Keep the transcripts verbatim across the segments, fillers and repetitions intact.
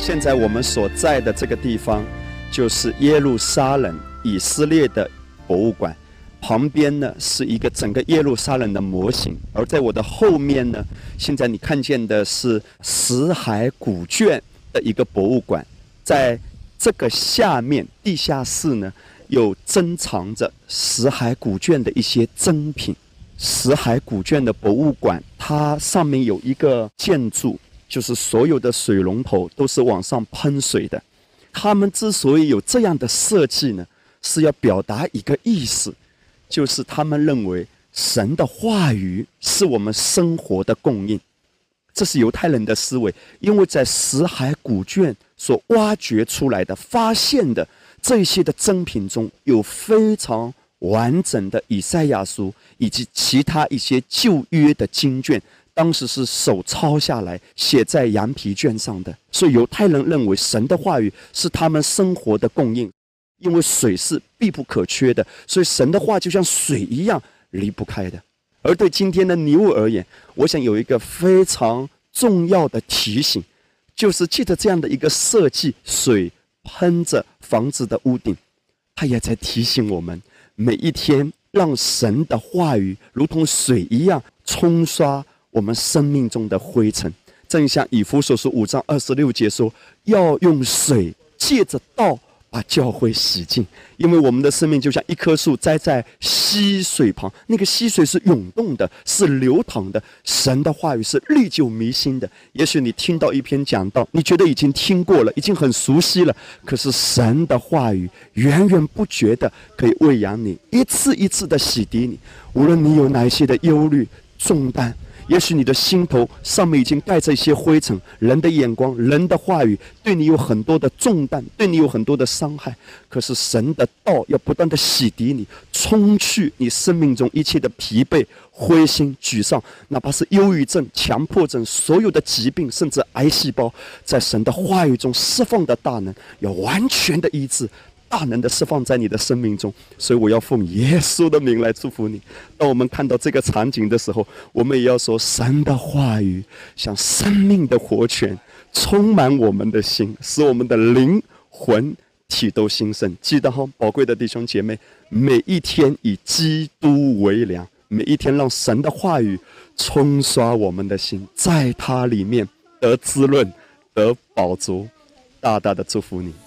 现在我们所在的这个地方，就是耶路撒冷以色列的博物馆。旁边呢是一个整个耶路撒冷的模型，而在我的后面呢，现在你看见的是死海古卷的一个博物馆。在这个下面地下室呢，有珍藏着死海古卷的一些珍品。死海古卷的博物馆，它上面有一个建筑，就是所有的水龙头都是往上喷水的。他们之所以有这样的设计呢，是要表达一个意思，就是他们认为神的话语是我们生活的供应。这是犹太人的思维，因为在死海古卷所挖掘出来的、发现的这些的珍品中，有非常完整的以赛亚书以及其他一些旧约的经卷，当时是手抄下来写在羊皮卷上的。所以犹太人认为神的话语是他们生活的供应，因为水是必不可缺的，所以神的话就像水一样离不开的。而对今天的你我而言，我想有一个非常重要的提醒，就是借着这样的一个设计，水喷着房子的屋顶，它也在提醒我们，每一天让神的话语如同水一样冲刷我们生命中的灰尘。正像以弗所书五章二十六节说，要用水借着道把教会洗净。因为我们的生命就像一棵树栽在溪水旁，那个溪水是涌动的，是流淌的。神的话语是历久弥新的。也许你听到一篇讲道，你觉得已经听过了，已经很熟悉了，可是神的话语源源不绝的可以喂养你，一次一次的洗涤你。无论你有哪一些的忧虑重担，也许你的心头上面已经盖着一些灰尘，人的眼光、人的话语对你有很多的重担，对你有很多的伤害。可是神的道要不断的洗涤你，冲去你生命中一切的疲惫、灰心、沮丧，哪怕是忧郁症、强迫症，所有的疾病，甚至癌细胞，在神的话语中释放的大能，要完全的医治，大能的释放在你的生命中。所以我要奉耶稣的名来祝福你。当我们看到这个场景的时候，我们也要说，神的话语像生命的活泉，充满我们的心，使我们的灵魂体都兴盛。记得哈，宝贵的弟兄姐妹，每一天以基督为粮，每一天让神的话语冲刷我们的心，在它里面得滋润，得饱足。大大的祝福你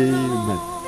Amen。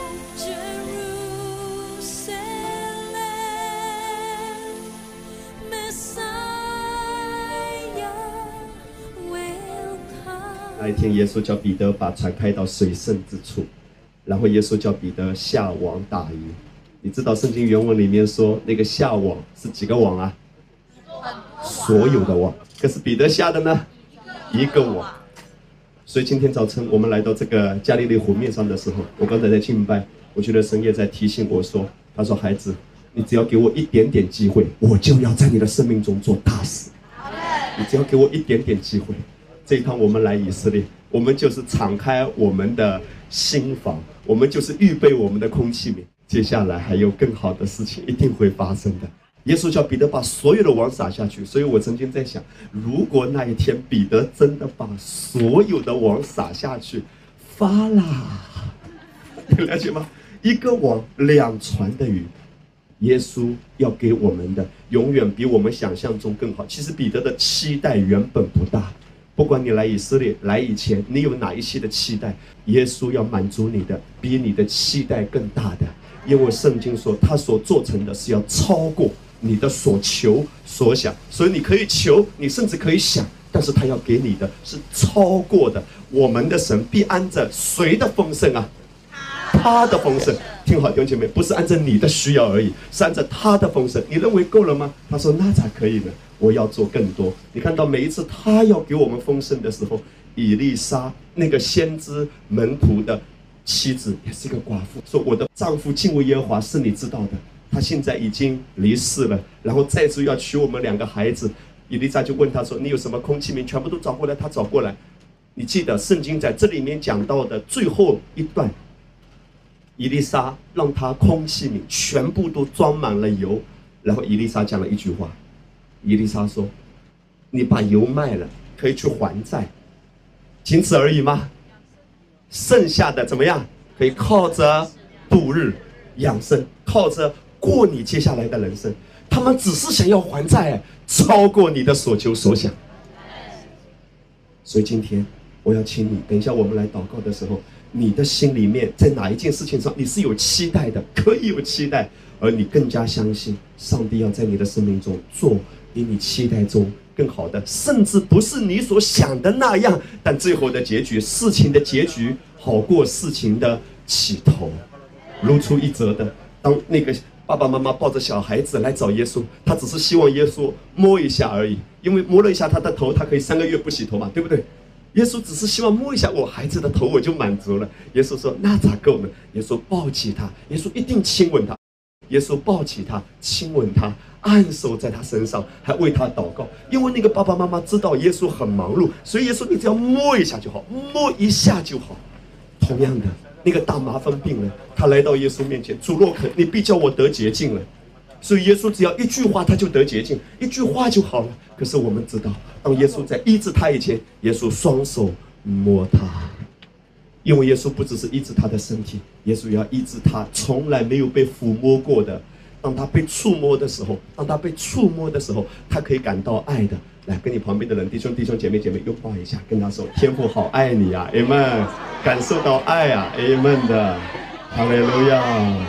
那一天，耶稣叫彼得把船开到水深之处，然后耶稣叫彼得下网打鱼。你知道圣经原文里面说，那个下网是几个网啊？所有的网。可是彼得下的呢？一个网。所以今天早晨我们来到这个加利利湖面上的时候，我刚才在敬拜，我觉得神也在提醒我说，他说，孩子，你只要给我一点点机会，我就要在你的生命中做大事。你只要给我一点点机会。这一趟我们来以色列，我们就是敞开我们的心房，我们就是预备我们的空气面。接下来还有更好的事情一定会发生的。耶稣叫彼得把所有的网撒下去，所以我曾经在想，如果那一天彼得真的把所有的网撒下去，发啦，你了解吗？一个网两船的鱼。耶稣要给我们的永远比我们想象中更好。其实彼得的期待原本不大，不管你来以色列来以前，你有哪一些的期待，耶稣要满足你的比你的期待更大的。因为圣经说他所做成的是要超过你的所求所想，所以你可以求，你甚至可以想，但是他要给你的是超过的。我们的神必按着谁的丰盛啊？他的丰盛。听好弟兄姐妹，不是按照你的需要而已，是按照他的丰盛。你认为够了吗？他说那咋可以呢？我要做更多。你看到每一次他要给我们丰盛的时候，以利沙那个先知门徒的妻子也是一个寡妇，说我的丈夫敬畏耶和华是你知道的，他现在已经离世了，然后再次要娶我们两个孩子。以利沙就问他说，你有什么空器皿全部都找过来。他找过来。你记得圣经在这里面讲到的最后一段，以利沙让他空器皿全部都装满了油，然后以利沙讲了一句话，以利沙说，你把油卖了可以去还债，仅此而已吗？ 剩下的怎么样？可以靠着度日养生，靠着过你接下来的人生。他们只是想要还债，超过你的所求所想。所以今天我要请你，等一下我们来祷告的时候，你的心里面在哪一件事情上你是有期待的，可以有期待，而你更加相信上帝要在你的生命中做比你期待中更好的，甚至不是你所想的那样，但最后的结局，事情的结局好过事情的起头。如出一辙的，当那个爸爸妈妈抱着小孩子来找耶稣，他只是希望耶稣摸一下而已，因为摸了一下他的头，他可以三个月不洗头嘛，对不对？耶稣只是希望摸一下我孩子的头，我就满足了。耶稣说那咋够呢？耶稣抱起他，耶稣一定亲吻他，耶稣抱起他，亲吻他，按手在他身上，还为他祷告。因为那个爸爸妈妈知道耶稣很忙碌，所以耶稣你只要摸一下就好，摸一下就好。同样的，那个大麻风病人，他来到耶稣面前，主若肯，你必叫我得洁净了。所以耶稣只要一句话他就得洁净，一句话就好了。可是我们知道，当耶稣在医治他以前，耶稣双手摸他，因为耶稣不只是医治他的身体，耶稣也要医治他从来没有被抚摸过的。当他被触摸的时候，当他被触摸的时候，他可以感到爱的。来，跟你旁边的人，弟兄弟兄姐妹姐妹拥抱一下，跟他说：天父好爱你啊 ，Amen， 感受到爱啊 ，Amen 的，哈利路亚。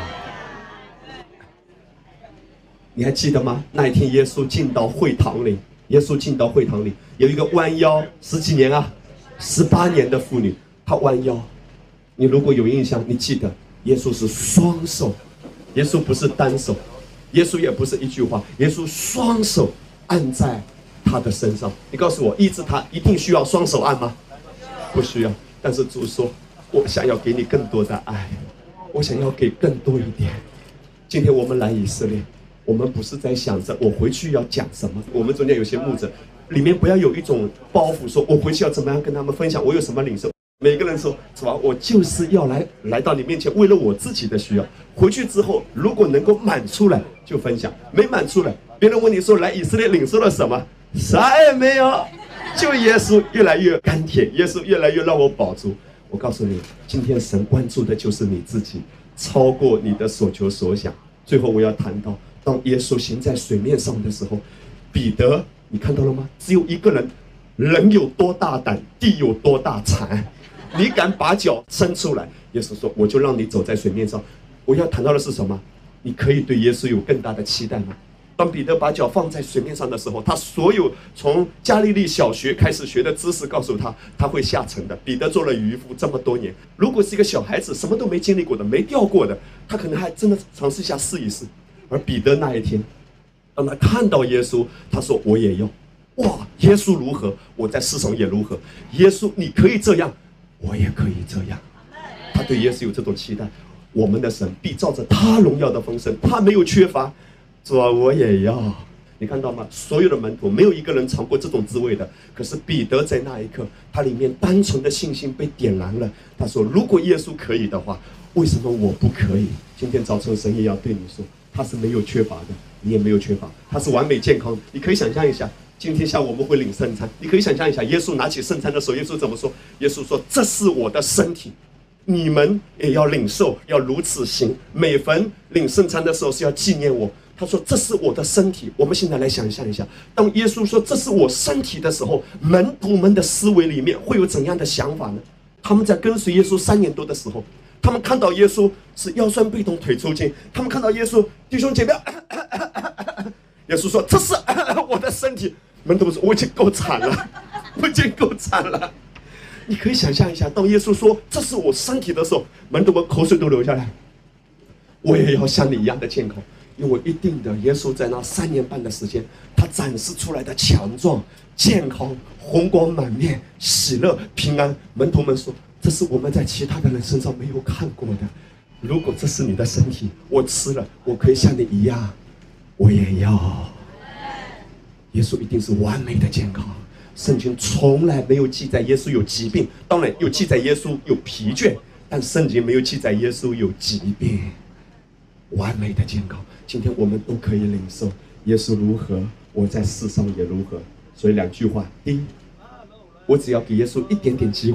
你还记得吗？那一天耶稣进到会堂里，耶稣进到会堂里，有一个弯腰十几年啊，十八年的妇女，她弯腰。你如果有印象，你记得耶稣是双手，耶稣不是单手，耶稣也不是一句话，耶稣双手按在他的身上。你告诉我，医治他一定需要双手按吗？不需要。但是主说，我想要给你更多的爱，我想要给更多一点。今天我们来以色列，我们不是在想着我回去要讲什么。我们中间有些牧者里面不要有一种包袱，说我回去要怎么样跟他们分享，我有什么领受。每个人说，是吧？我就是要来来到你面前，为了我自己的需要。回去之后，如果能够满出来就分享，没满出来，别人问你说来以色列领受了什么，啥也没有，就耶稣越来越甘甜，耶稣越来越让我饱足。我告诉你，今天神关注的就是你自己，超过你的所求所想。最后我要谈到，当耶稣行在水面上的时候，彼得，你看到了吗？只有一个人，人有多大胆，地有多大产。你敢把脚伸出来，耶稣说我就让你走在水面上。我要谈到的是什么？你可以对耶稣有更大的期待吗？当彼得把脚放在水面上的时候，他所有从加利利小学开始学的知识告诉他，他会下沉的。彼得做了渔夫这么多年，如果是一个小孩子，什么都没经历过的，没钓过的，他可能还真的尝试一下试一试。而彼得那一天，当他看到耶稣，他说我也要。哇，耶稣如何，我在世上也如何。耶稣你可以这样，我也可以这样。他对耶稣有这种期待，我们的神必照着他荣耀的丰盛，他没有缺乏。主啊，我也要。你看到吗？所有的门徒没有一个人尝过这种滋味的。可是彼得在那一刻，他里面单纯的信心被点燃了。他说：如果耶稣可以的话，为什么我不可以？今天早晨神也要对你说，他是没有缺乏的，你也没有缺乏，他是完美健康。你可以想象一下，今天下午我们会领圣餐，你可以想象一下，耶稣拿起圣餐的时候，耶稣怎么说？耶稣说：这是我的身体，你们也要领受，要如此行。每逢领圣餐的时候是要纪念我。他说这是我的身体。我们现在来想象一下，当耶稣说这是我身体的时候，门徒们的思维里面会有怎样的想法呢？他们在跟随耶稣三年多的时候，他们看到耶稣是腰酸背痛腿抽筋，他们看到耶稣，弟兄姐妹，耶稣说这是我的身体，门徒们说我已经够惨了，我已经够惨了。你可以想象一下，当耶稣说这是我身体的时候，门徒们口水都流下来。我也要像你一样的健康，因为一定的，耶稣在那三年半的时间，他展示出来的强壮、健康、红光满面、喜乐、平安。门徒们说，这是我们在其他的人身上没有看过的。如果这是你的身体，我吃了，我可以像你一样，我也要。耶稣一定是完美的健康。圣经从来没有记载耶稣有疾病，当然有记载耶稣有疲倦，但圣经没有记载耶稣有疾病。完美的健康，今天我们都可以领受。耶稣如何，我在世上也如何。所以两句话：第一，我只要给耶稣一点点机会，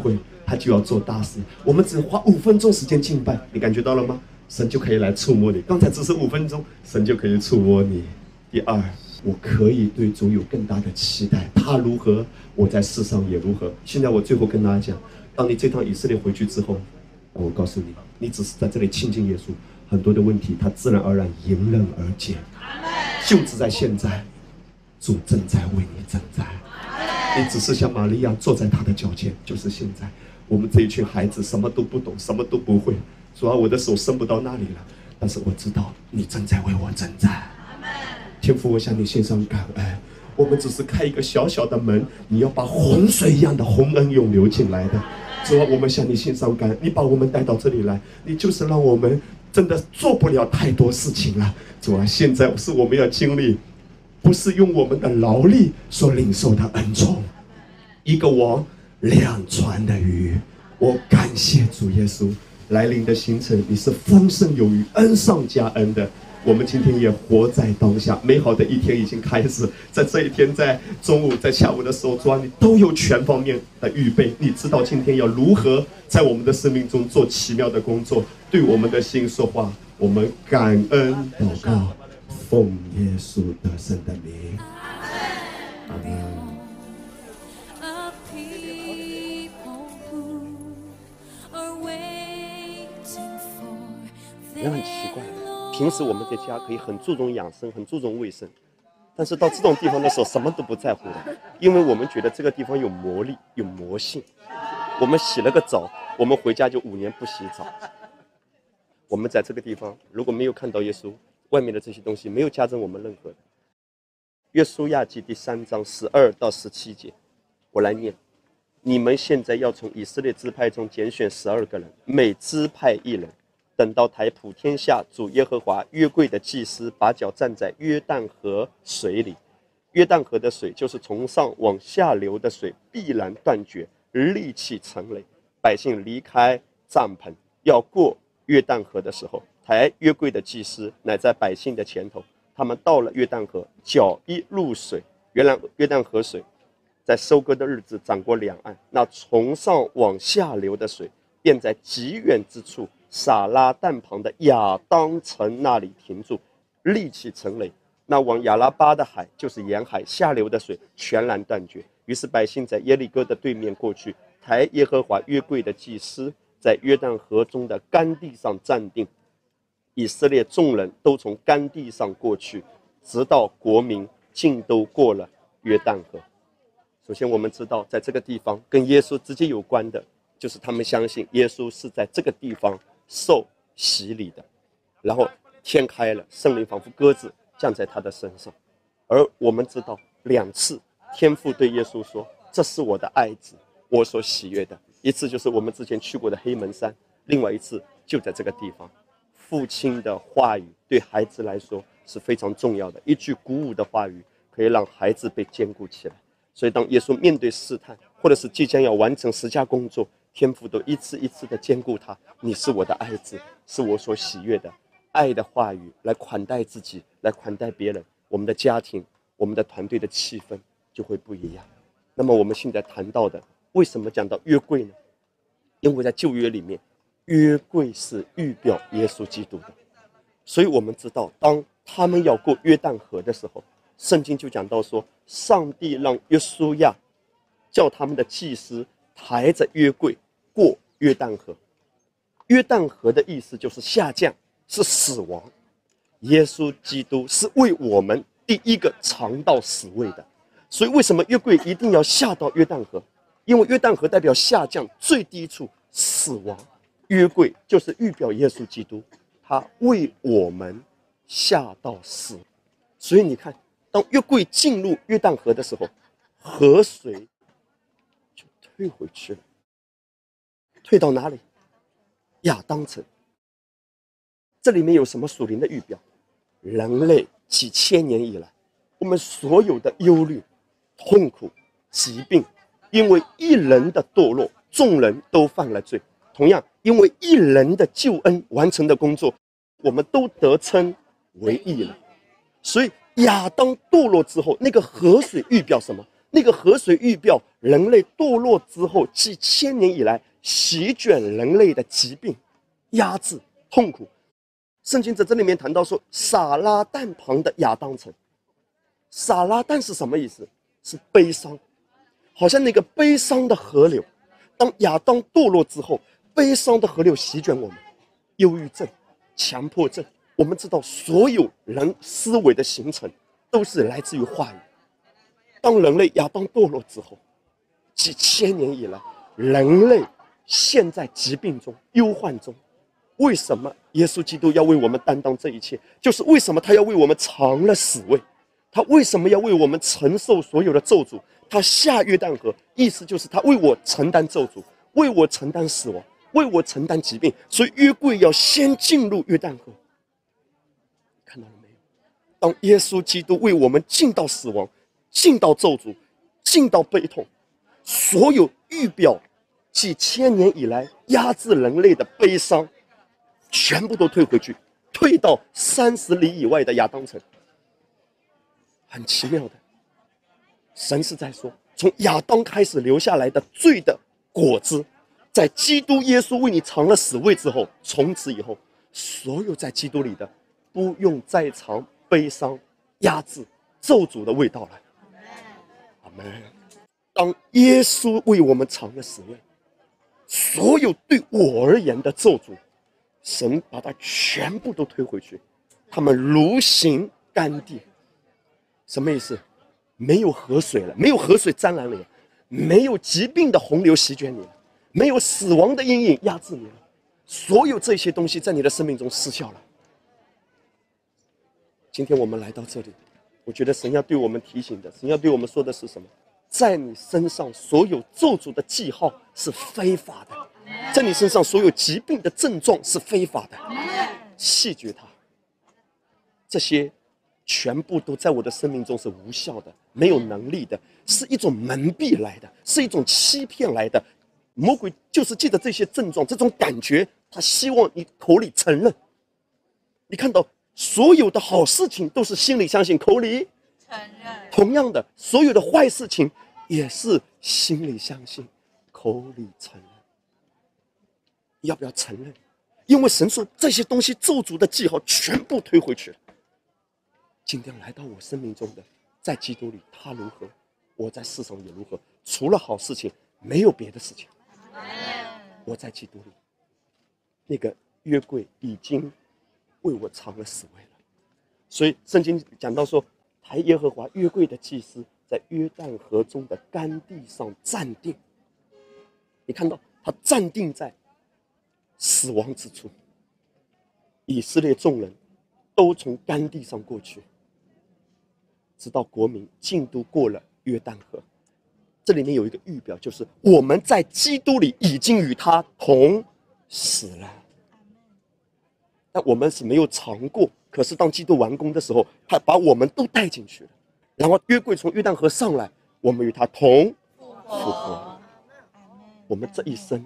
他就要做大事。我们只花五分钟时间敬拜，你感觉到了吗？神就可以来触摸你。刚才只是五分钟，神就可以触摸你。第二，我可以对主有更大的期待，他如何，我在世上也如何。现在我最后跟大家讲，当你这趟以色列回去之后，我告诉你，你只是在这里亲近耶稣，很多的问题他自然而然迎刃而解。就只在现在，主正在为你征战。你只是像玛利亚坐在他的脚前，就是现在。我们这一群孩子什么都不懂，什么都不会，主要我的手伸不到那里了，但是我知道你正在为我征战。天父，我向你献上感恩。我们只是开一个小小的门，你要把洪水一样的洪恩涌流进来的。主要我们向你献上感恩，你把我们带到这里来，你就是让我们真的做不了太多事情了。主啊，现在是我们要经历，不是用我们的劳力所领受的恩宠。一个王，两船的鱼。我感谢主耶稣来临的行程，你是丰盛有余，恩上加恩的。我们今天也活在当下，美好的一天已经开始。在这一天，在中午、在下午的时候，主啊，你都有全方面的预备。你知道今天要如何在我们的生命中做奇妙的工作，对我们的心说话。我们感恩祷告，奉耶稣得胜的名。阿门。 人很奇怪，平时我们在家可以很注重养生，很注重卫生，但是到这种地方的时候什么都不在乎了，因为我们觉得这个地方有魔力，有魔性。我们洗了个澡，我们回家就五年不洗澡。我们在这个地方如果没有看到耶稣，外面的这些东西没有加增我们任何的。约书亚记第三章十二到十七节，我来念：你们现在要从以色列支派中拣选十二个人，每支派一人。等到台普天下主耶和华约柜的祭司把脚站在约旦河水里，约旦河的水就是从上往下流的水，必然断绝，立起成垒。百姓离开帐篷要过约旦河的时候，抬约柜的祭司乃在百姓的前头。他们到了约旦河，脚一入水，原来约旦河水在收割的日子涨过两岸，那从上往下流的水便在极远之处撒拉旦旁的亚当城那里停住，立起成垒。那往亚拉巴的海，就是沿海下流的水全然断绝。于是百姓在耶利哥的对面过去，抬耶和华约柜的祭司在约旦河中的干地上站定。以色列众人都从干地上过去，直到国民尽都过了约旦河。首先我们知道，在这个地方跟耶稣直接有关的，就是他们相信耶稣是在这个地方受洗礼的，然后天开了，圣灵仿佛鸽子降在他的身上。而我们知道两次天父对耶稣说，这是我的爱子，我所喜悦的。一次就是我们之前去过的黑门山，另外一次就在这个地方。父亲的话语对孩子来说是非常重要的，一句鼓舞的话语可以让孩子被坚固起来。所以当耶稣面对试探，或者是即将要完成十架工作，天父都一次一次的坚固他，你是我的爱子，是我所喜悦的。爱的话语来款待自己，来款待别人，我们的家庭，我们的团队的气氛就会不一样。那么我们现在谈到的，为什么讲到约柜呢？因为在旧约里面，约柜是预表耶稣基督的，所以我们知道当他们要过约旦河的时候，圣经就讲到说，上帝让约书亚叫他们的祭司抬着约柜过约旦河。约旦河的意思就是下降，是死亡。耶稣基督是为我们第一个尝到死味的，所以为什么约柜一定要下到约旦河？因为约旦河代表下降最低处，死亡。约柜就是预表耶稣基督，他为我们下到死。所以你看，当约柜进入约旦河的时候，河水就退回去了。退到哪里？亚当城。这里面有什么属灵的预表？人类几千年以来，我们所有的忧虑、痛苦、疾病，因为一人的堕落，众人都犯了罪。同样，因为一人的救恩完成的工作，我们都得称为义人。所以亚当堕落之后，那个河水预表什么？ 那个河水预表人类堕落之后几千年以来席卷人类的疾病、压制、痛苦。圣经在这里面谈到说，撒拉旦旁的亚当城。撒拉旦是什么意思？是悲伤，好像那个悲伤的河流。当亚当堕落之后，悲伤的河流席卷我们，忧郁症、强迫症。我们知道，所有人思维的形成都是来自于话语。当人类亚当堕落之后，几千年以来，人类陷在疾病中、忧患中。为什么耶稣基督要为我们担当这一切？就是为什么他要为我们尝了死味，他为什么要为我们承受所有的咒诅？他下约旦河，意思就是他为我承担咒诅，为我承担死亡，为我承担疾病。所以约柜要先进入约旦河。看到了没有？当耶稣基督为我们进到死亡，进到咒诅，进到悲痛，所有预表几千年以来压制人类的悲伤，全部都退回去，退到三十里以外的亚当城。很奇妙的，神是在说，从亚当开始留下来的罪的果子，在基督耶稣为你尝了死味之后，从此以后，所有在基督里的，不用再尝悲伤、压制、咒诅的味道了。阿门。当耶稣为我们尝了死味，所有对我而言的咒诅，神把它全部都推回去，他们如行干地。什么意思？没有河水了，没有河水沾染你了，没有疾病的洪流席卷你了，没有死亡的阴影压制你了，所有这些东西在你的生命中失效了。今天我们来到这里，我觉得神要对我们提醒的，神要对我们说的是什么？在你身上所有咒诅的记号是非法的，在你身上所有疾病的症状是非法的，弃绝它。这些全部都在我的生命中是无效的，没有能力的，是一种蒙蔽来的，是一种欺骗来的。魔鬼就是借着这些症状、这种感觉，他希望你口里承认。你看到所有的好事情都是心里相信，口里承认。同样的，所有的坏事情也是心里相信，口里承认。要不要承认？因为神说这些东西咒诅的记号全部推回去了。今天来到我生命中的，在基督里他如何，我在世上也如何。除了好事情，没有别的事情。我在基督里，那个约柜已经为我尝了死味了。所以圣经讲到说，抬耶和华约柜的祭司在约旦河中的干地上站定。你看到他站定在死亡之处，以色列众人都从干地上过去，直到国民进都过了约旦河。这里面有一个预表，就是我们在基督里已经与他同死了。但我们是没有尝过，可是当基督完工的时候，他把我们都带进去了。然后约柜从约旦河上来，我们与他同复活。我们这一生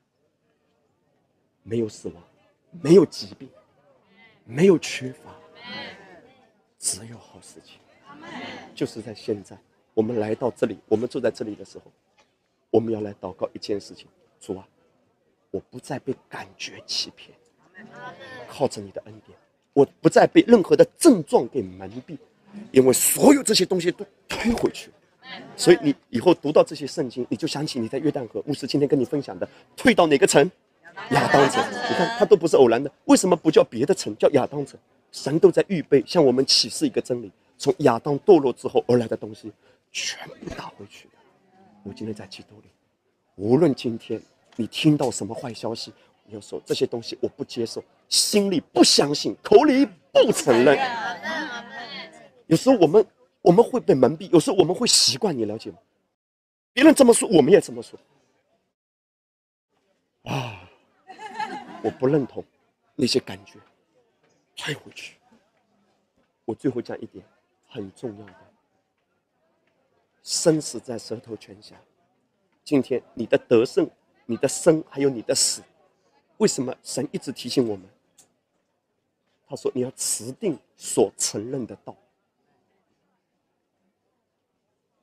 没有死亡，没有疾病，没有缺乏，只有好事情。就是在现在，我们来到这里，我们坐在这里的时候，我们要来祷告一件事情：主啊，我不再被感觉欺骗，靠着你的恩典，我不再被任何的症状给蒙蔽，因为所有这些东西都推回去。所以你以后读到这些圣经，你就想起你在约旦河，牧师今天跟你分享的，退到哪个城？亚当城。你看，它都不是偶然的。为什么不叫别的城，叫亚当城？神都在预备向我们启示一个真理，从亚当堕落之后而来的东西，全部打回去的。我今天在基督里，无论今天你听到什么坏消息，有时候这些东西我不接受，心里不相信，口里不承认。有时候我们我们会被蒙蔽，有时候我们会习惯，你了解吗？别人这么说，我们也这么说。啊，我不认同那些感觉，退回去。我最后讲一点很重要的，生死在舌头泉下。今天你的得胜、你的生还有你的死，为什么神一直提醒我们？他说你要持定所承认的道，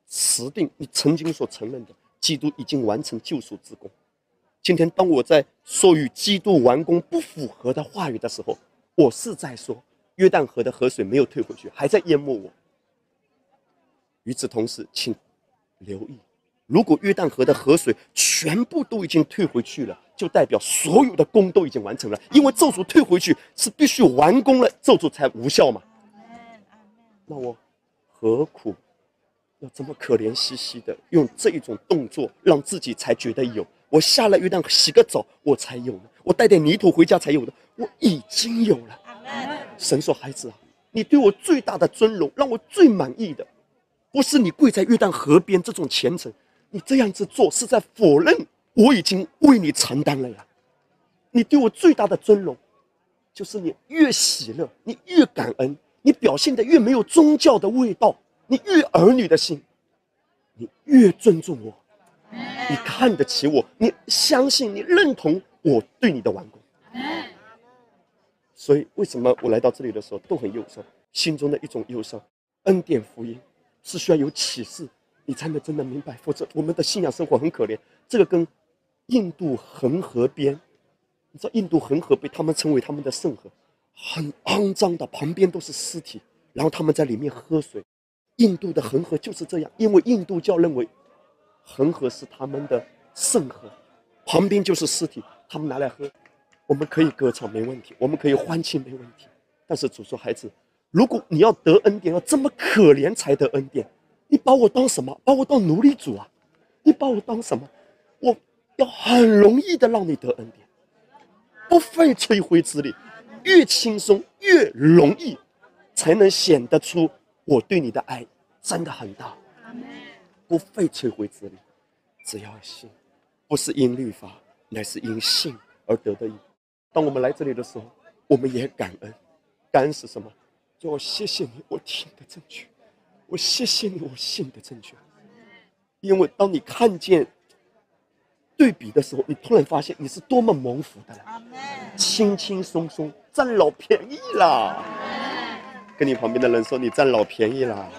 持定你曾经所承认的，基督已经完成救赎之功。今天当我在说与基督完工不符合的话语的时候，我是在说约旦河的河水没有退回去，还在淹没我。与此同时，请留意，如果约旦河的河水全部都已经退回去了，就代表所有的功都已经完成了，因为咒诅退回去是必须完工了，咒诅才无效嘛。那我何苦要这么可怜兮兮的用这一种动作让自己才觉得有？我下了约旦洗个澡我才有呢，我带点泥土回家才有的，我已经有了。神说，孩子啊，你对我最大的尊荣，让我最满意的，不是你跪在约旦河边这种虔诚，你这样子做是在否认我已经为你承担了呀。你对我最大的尊荣，就是你越喜乐，你越感恩，你表现得越没有宗教的味道，你越儿女的心，你越尊重我，你看得起我，你相信，你认同我对你的完工。所以为什么我来到这里的时候都很忧伤，心中的一种忧伤。恩典福音是需要有启示你才能真的明白，否则我们的信仰生活很可怜。这个跟印度恒河边，你知道印度恒河被他们称为他们的圣河，很肮脏的，旁边都是尸体，然后他们在里面喝水。印度的恒河就是这样，因为印度教认为恒河是他们的圣河，旁边就是尸体，他们拿来喝。我们可以歌唱没问题，我们可以欢庆没问题，但是主说，孩子，如果你要得恩典，要这么可怜才得恩典，你把我当什么？把我当奴隶主啊？你把我当什么？我要很容易的让你得恩典，不费吹灰之力，越轻松越容易，才能显得出我对你的爱真的很大，不费吹灰之力，只要信，不是因律法，乃是因信而得的义。当我们来这里的时候，我们也感恩。感恩是什么？就我谢谢你，我听得正确；我谢谢你，我信得正确。因为当你看见对比的时候，你突然发现你是多么蒙福的人，轻轻松松占老便宜啦！跟你旁边的人说，你占老便宜啦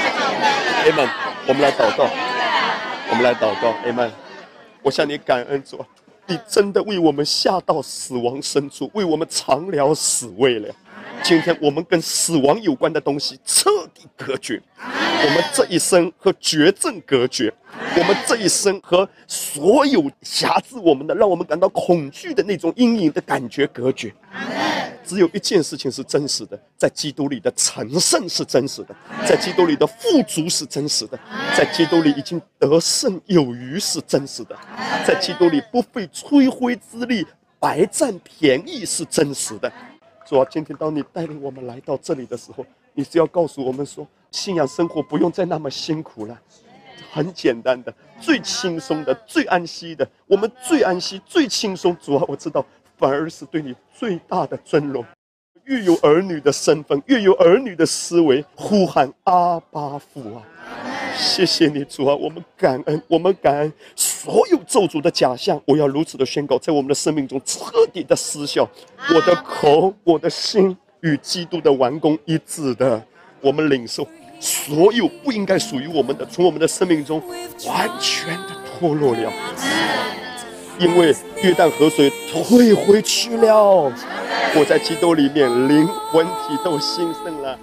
！Amen。我们来祷告，我们来祷告 ，Amen。我向你感恩，主，你真的为我们下到死亡深处，为我们尝了死味了。今天我们跟死亡有关的东西彻底隔绝，我们这一生和绝症隔绝，我们这一生和所有辖制我们的，让我们感到恐惧的那种阴影的感觉隔绝。只有一件事情是真实的，在基督里的成圣是真实的，在基督里的富足是真实的，在基督里已经得胜有余是真实的，在基督里不费吹灰之力白占便宜是真实的。主啊，今天当你带领我们来到这里的时候，你是要告诉我们说，信仰生活不用再那么辛苦了，很简单的，最轻松的，最安息的，我们最安息最轻松。主啊，我知道反而是对你最大的尊荣，越有儿女的身份，越有儿女的思维，呼喊阿爸父啊！谢谢你，主啊，我们感恩，我们感恩所有咒诅的假象，我要如此的宣告，在我们的生命中彻底的失效。我的口，我的心与基督的完工一致的，我们领受所有不应该属于我们的，从我们的生命中完全的脱落了。因为约旦河水退回去了，我在基督里面灵魂体都兴盛了。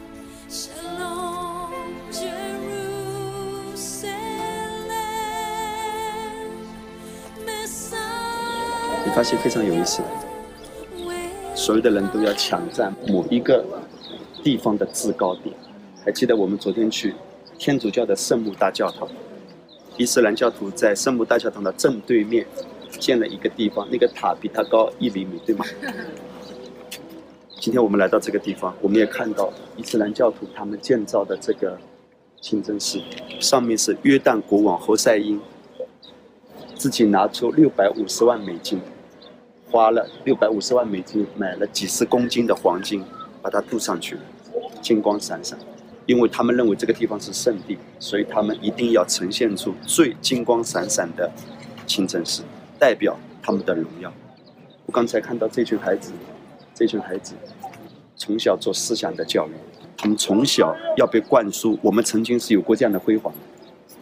你发现非常有意思，所有的人都要抢占某一个地方的制高点。还记得我们昨天去天主教的圣母大教堂，伊斯兰教徒在圣母大教堂的正对面建了一个地方，那个塔比它高一厘米，对吗？今天我们来到这个地方，我们也看到伊斯兰教徒他们建造的这个清真寺，上面是约旦国王侯赛因自己拿出六百五十万美金，花了六百五十万美金买了几十公斤的黄金，把它镀上去，金光闪闪。因为他们认为这个地方是圣地，所以他们一定要呈现出最金光闪闪的清真寺，代表他们的荣耀。我刚才看到这群孩子，这群孩子从小做思想的教育，他们从小要被灌输，我们曾经是有过这样的辉煌，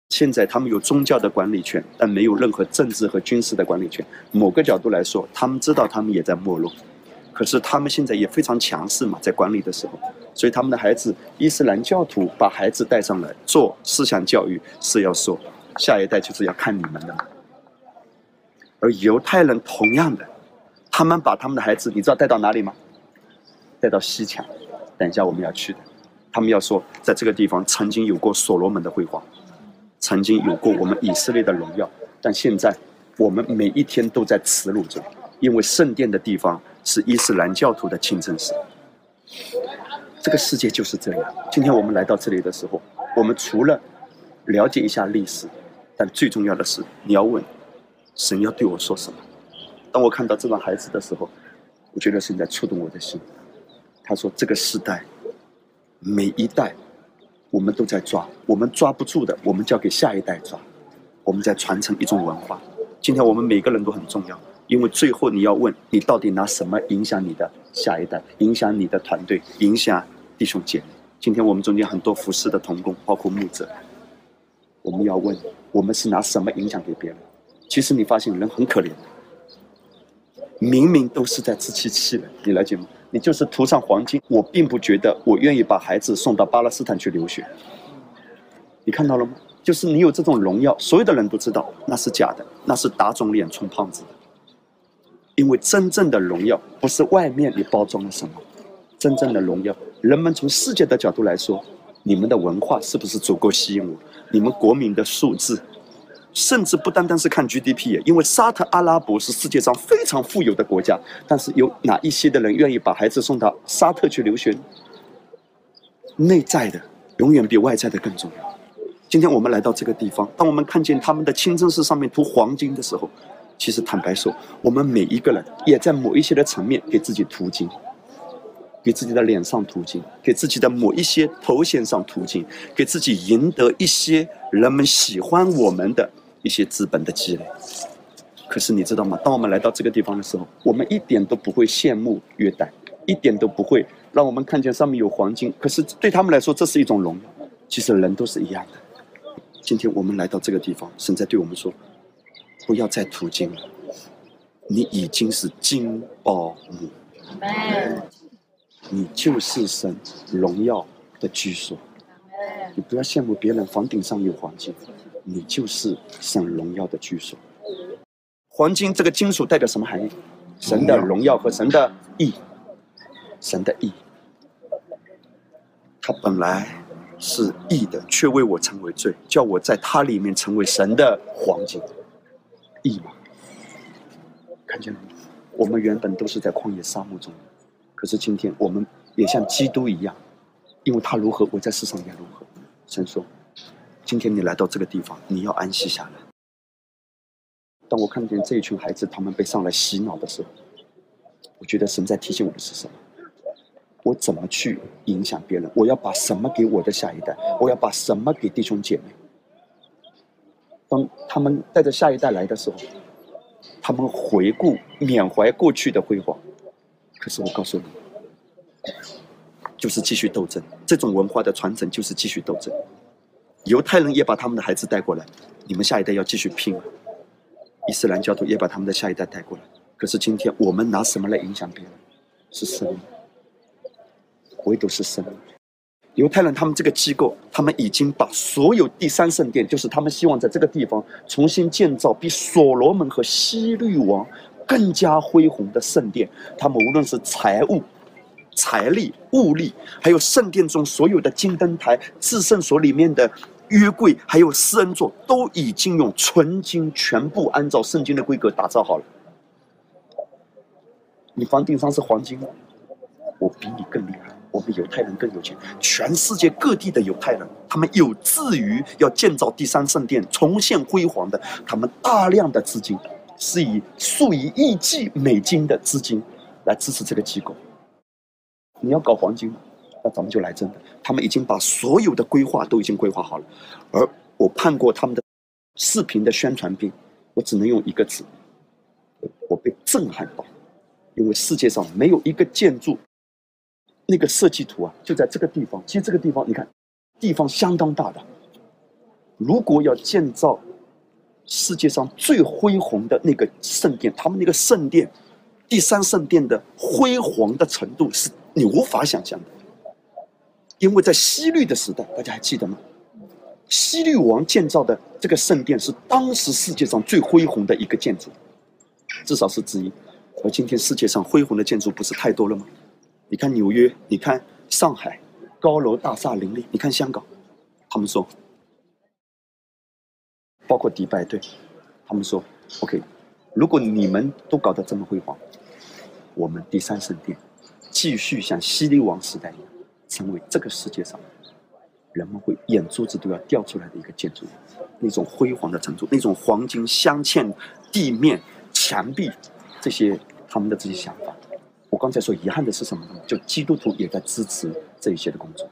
现在他们有宗教的管理权，但没有任何政治和军事的管理权。某个角度来说，他们知道他们也在没落，可是他们现在也非常强势嘛，在管理的时候，所以他们的孩子，伊斯兰教徒把孩子带上来做思想教育，是要说下一代就是要看你们的。而犹太人同样的，他们把他们的孩子，你知道带到哪里吗？带到西墙，等一下我们要去的。他们要说，在这个地方曾经有过所罗门的辉煌，曾经有过我们以色列的荣耀，但现在我们每一天都在耻辱中，因为圣殿的地方是伊斯兰教徒的清真寺。这个世界就是这样。今天我们来到这里的时候，我们除了了解一下历史，但最重要的是，你要问神要对我说什么。当我看到这帮孩子的时候，我觉得神在触动我的心。他说，这个时代每一代我们都在抓，我们抓不住的，我们交给下一代抓。我们在传承一种文化。今天我们每个人都很重要，因为最后你要问，你到底拿什么影响你的下一代，影响你的团队，影响弟兄姐妹。今天我们中间很多服侍的同工，包括牧者，我们要问，我们是拿什么影响给别人？其实你发现人很可怜的，明明都是在自欺欺人，你了解吗？你就是涂上黄金，我并不觉得我愿意把孩子送到巴勒斯坦去留学。你看到了吗？就是你有这种荣耀，所有的人都知道那是假的，那是打肿脸充胖子的。因为真正的荣耀不是外面你包装了什么，真正的荣耀，人们从世界的角度来说，你们的文化是不是足够吸引我？你们国民的数字，甚至不单单是看 G D P， 因为沙特阿拉伯是世界上非常富有的国家，但是有哪一些的人愿意把孩子送到沙特去留学呢？内在的永远比外在的更重要。今天我们来到这个地方，当我们看见他们的清真寺上面涂黄金的时候，其实坦白说，我们每一个人也在某一些的层面给自己涂金，给自己的脸上涂金，给自己的某一些头衔上涂金，给自己赢得一些人们喜欢我们的一些资本的积累。可是你知道吗？当我们来到这个地方的时候，我们一点都不会羡慕约旦，一点都不会让我们看见上面有黄金，可是对他们来说这是一种荣耀。其实人都是一样的。今天我们来到这个地方，神在对我们说，不要再涂金了，你已经是金宝母，你就是神荣耀的居所。你不要羡慕别人房顶上有黄金，你就是神荣耀的居所。黄金这个金属代表什么含义？神的荣耀和神的义。神的义，他本来是义的，却为我成为罪，叫我在他里面成为神的黄金。义嘛，看见了吗？我们原本都是在旷野沙漠中，可是今天我们也像基督一样，因为他如何，我在世上也如何。神说，今天你来到这个地方，你要安息下来。当我看见这一群孩子他们被上来洗脑的时候，我觉得神在提醒我的是什么？我怎么去影响别人？我要把什么给我的下一代？我要把什么给弟兄姐妹？当他们带着下一代来的时候，他们回顾缅怀过去的辉煌。可是我告诉你，就是继续斗争。这种文化的传承就是继续斗争。犹太人也把他们的孩子带过来，你们下一代要继续拼了。伊斯兰教徒也把他们的下一代带过来。可是今天我们拿什么来影响别人？是生命，唯独是生命。犹太人他们这个机构，他们已经把所有第三圣殿，就是他们希望在这个地方重新建造比所罗门和希律王更加恢宏的圣殿。他们无论是财物、财力、物力，还有圣殿中所有的金灯台、至圣所里面的约柜，还有施恩座，都已经用纯金全部按照圣经的规格打造好了。你房顶上是黄金吗？我比你更厉害，我比犹太人更有钱。全世界各地的犹太人，他们有志于要建造第三圣殿，重现辉煌的，他们大量的资金是以数以亿计美金的资金来支持这个机构。你要搞黄金，那咱们就来真的。他们已经把所有的规划都已经规划好了，而我看过他们的视频的宣传片，我只能用一个字，我被震撼到。因为世界上没有一个建筑那个设计图啊，就在这个地方。其实这个地方你看，地方相当大的， 如果要建造世界上最恢宏的那个圣殿，他们那个圣殿，第三圣殿的辉煌的程度是你无法想象的。因为在希律的时代，大家还记得吗？希律王建造的这个圣殿是当时世界上最恢宏的一个建筑，至少是之一。而今天世界上恢宏的建筑不是太多了吗？你看纽约，你看上海，高楼大厦林立，你看香港，他们说，包括迪拜，对，他们说 OK， 如果你们都搞得这么辉煌，我们第三圣殿继续像希律王时代一样，成为这个世界上人们会眼珠子都要掉出来的一个建筑，那种辉煌的程度，那种黄金镶嵌地面、墙壁，这些他们的这些想法。我刚才说遗憾的是什么呢？就基督徒也在支持这一些的工作。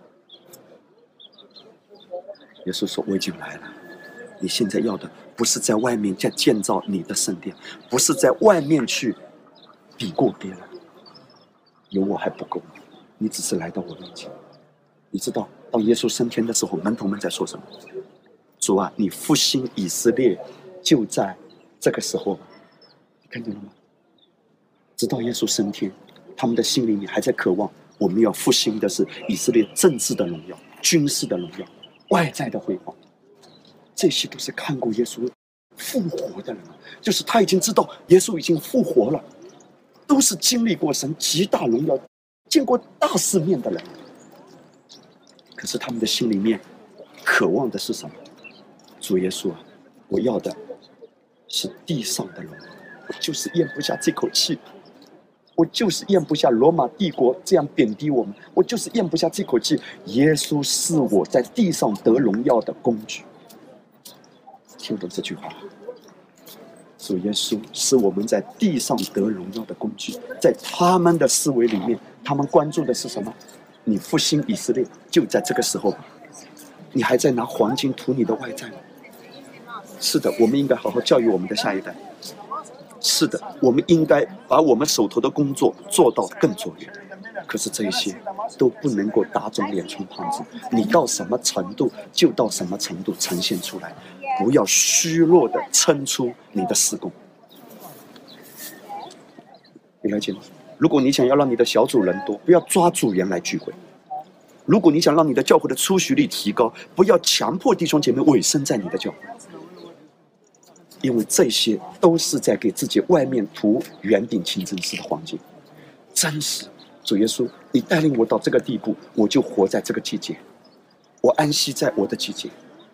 耶稣说：“我已经来了，你现在要的不是在外面再建造你的圣殿，不是在外面去比过别人，有我还不够，你只是来到我面前。你知道，到耶稣升天的时候，门徒们在说什么？主啊，你复兴以色列，就在这个时候。你看见了吗？直到耶稣升天，他们的心里面还在渴望，我们要复兴的是以色列政治的荣耀、军事的荣耀、外在的辉煌。这些都是看过耶稣复活的人，就是他已经知道耶稣已经复活了，都是经历过神极大荣耀、见过大世面的人。可是他们的心里面渴望的是什么？主耶稣啊，我要的是地上的荣耀，我就是咽不下这口气，我就是咽不下罗马帝国这样贬低我们，我就是咽不下这口气。耶稣是我在地上得荣耀的工具。听懂这句话？主耶稣是我们在地上得荣耀的工具。在他们的思维里面，他们关注的是什么？你复兴以色列就在这个时候，你还在拿黄金涂你的外在吗？是的，我们应该好好教育我们的下一代。是的，我们应该把我们手头的工作做到更卓越。可是这一些都不能够打肿脸充胖子，你到什么程度就到什么程度呈现出来，不要虚弱的撑出你的事工。你了解吗？如果你想要让你的小组人多，不要抓组员来聚会；如果你想让你的教会的出席率提高，不要强迫弟兄姐妹委身在你的教会，因为这些都是在给自己外面涂圆顶清真寺的黄金。真实，主耶稣，你带领我到这个地步，我就活在这个季节，我安息在我的季节。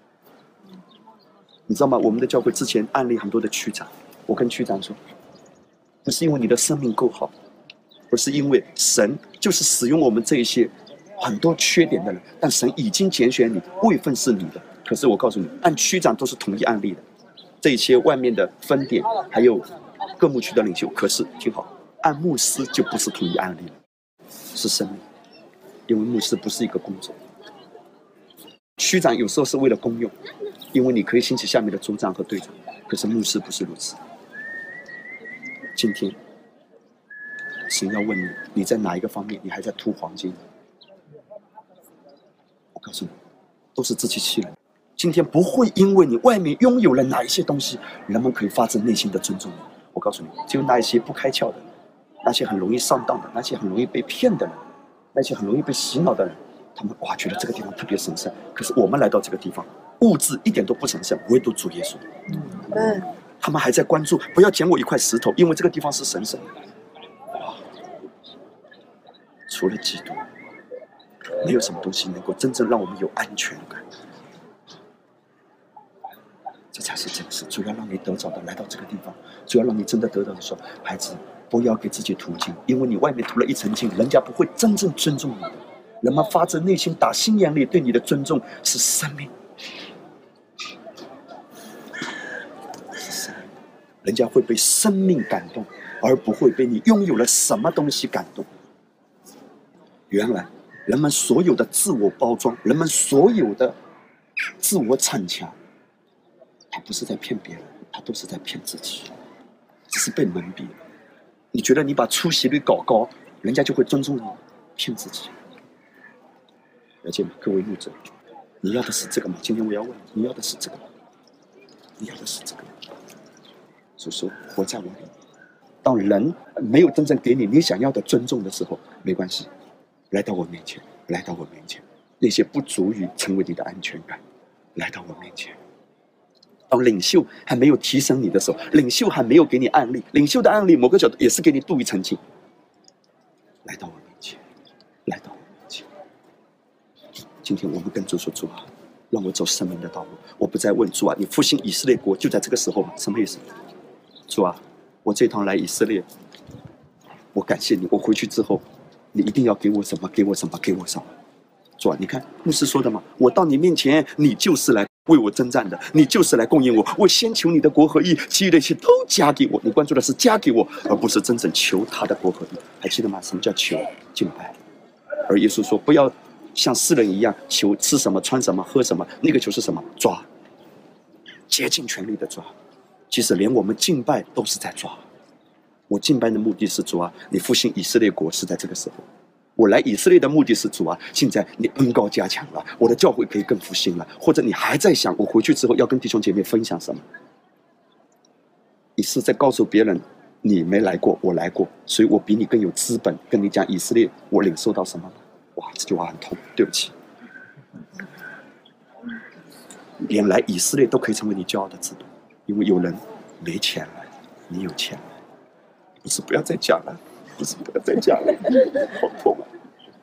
你知道吗？我们的教会之前案例很多的区长，我跟区长说，不是因为你的生命够好，而是因为神就是使用我们这一些很多缺点的人，但神已经拣选你，位分是你的。可是我告诉你，按区长都是同一案例的，这一些外面的分点还有各牧区的领袖，可是听好，按牧师就不是同一案例了，是生命，因为牧师不是一个工作。区长有时候是为了公用，因为你可以兴起下面的组长和队长，可是牧师不是如此。今天神要问你，你在哪一个方面你还在涂黄金？我告诉你，都是自欺欺人。今天不会因为你外面拥有了哪一些东西，人们可以发自内心的尊重你。我告诉你，只有那一些不开窍的，那些很容易上当的，那些很容易被骗的人，那些很容易被洗脑的人，他们哇觉得这个地方特别神圣。可是我们来到这个地方，物质一点都不神圣，唯独主耶稣。嗯，他们还在关注，不要捡我一块石头，因为这个地方是神圣的。哇，除了基督，没有什么东西能够真正让我们有安全感。这才是真实。主要让你得着的来到这个地方，主要让你真的得到的说，孩子，不要给自己涂金，因为你外面涂了一层金，人家不会真正尊重你的。人们发自内心打心眼里对你的尊重是生命，是生命，人家会被生命感动，而不会被你拥有了什么东西感动。原来人们所有的自我包装，人们所有的自我逞强，他不是在骗别人，他都是在骗自己，只是被蒙蔽了。你觉得你把出席率搞高，人家就会尊重你？骗自己。了解吗？各位牧者， 你要的是这个吗？今天我要问你，你要的是这个吗？你要的是这个吗？主说，活在我里面。当人没有真正给你你想要的尊重的时候，没关系，来到我面前，来到我面前。那些不足以成为你的安全感，来到我面前。当领袖还没有提升你的时候，领袖还没有给你案例，领袖的案例某个角度也是给你镀一层金。来到我面前，来到我面前。今天我们跟主说，主啊，让我走生命的道路。我不再问主啊，你复兴以色列国就在这个时候吗？什么意思？主啊，我这趟来以色列，我感谢你，我回去之后，你一定要给我什么？给我什么？给我什么？主啊，你看牧师说的嘛，我到你面前，你就是来为我征战的，你就是来供应我。我先求你的国和义，其余的一切都加给我。你关注的是加给我，而不是真正求他的国和义。还记得吗？什么叫求？敬拜。而耶稣说，不要像世人一样求吃什么、穿什么、喝什么，那个求是什么？抓，竭尽全力的抓。其实连我们敬拜都是在抓。我敬拜的目的是主啊，你复兴以色列国是在这个时候。我来以色列的目的是主啊，现在你恩膏加强了，我的教会可以更复兴了。或者你还在想，我回去之后要跟弟兄姐妹分享什么？你是在告诉别人，你没来过，我来过，所以我比你更有资本跟你讲以色列我领受到什么吗？哇，这句话很痛，对不起。连来以色列都可以成为你骄傲的资本，因为有人没钱了，你有钱了。不是不要再讲了，不是不要再讲了，好痛啊！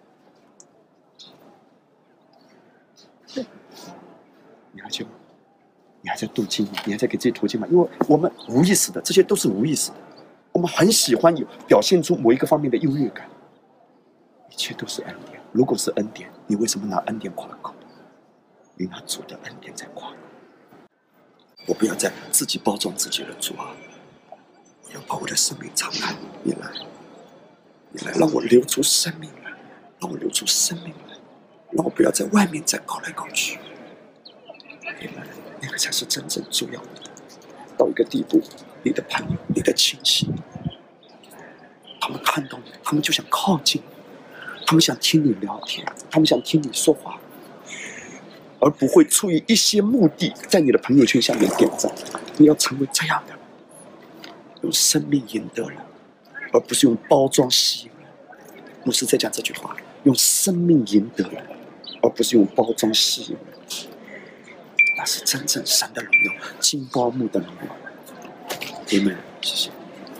你还去吗？你还在镀金吗？你还在给自己涂金吗？因为我们无意识的，这些都是无意识的。我们很喜欢有表现出某一个方面的优越感，一切都是恩典。如果是恩典，你为什么拿恩典夸口？你拿主的恩典在夸口。我不要再自己包装自己的主啊！我要把我的生命敞开，你来，你来，让我流出生命来，让我流出生命来，让我不要在外面再搞来搞去。你来，那个才是真正重要的。到一个地步，你的朋友、你的亲戚，他们看到你，他们就想靠近你，他们想听你聊天，他们想听你说话，而不会出于一些目的在你的朋友圈下面点赞。你要成为这样的人，用生命赢得人，而不是用包装吸引人。牧师在讲这句话，用生命赢得人，而不是用包装吸引人。那是真正神的荣耀，金膏木的荣耀。你们，谢谢。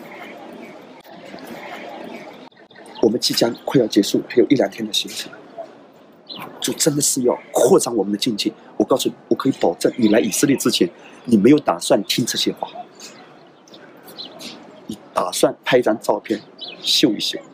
我们即将快要结束，还有一两天的行程，就真的是要扩张我们的境界。我告诉你，我可以保证，你来以色列之前，你没有打算听这些话，你打算拍一张照片秀一秀，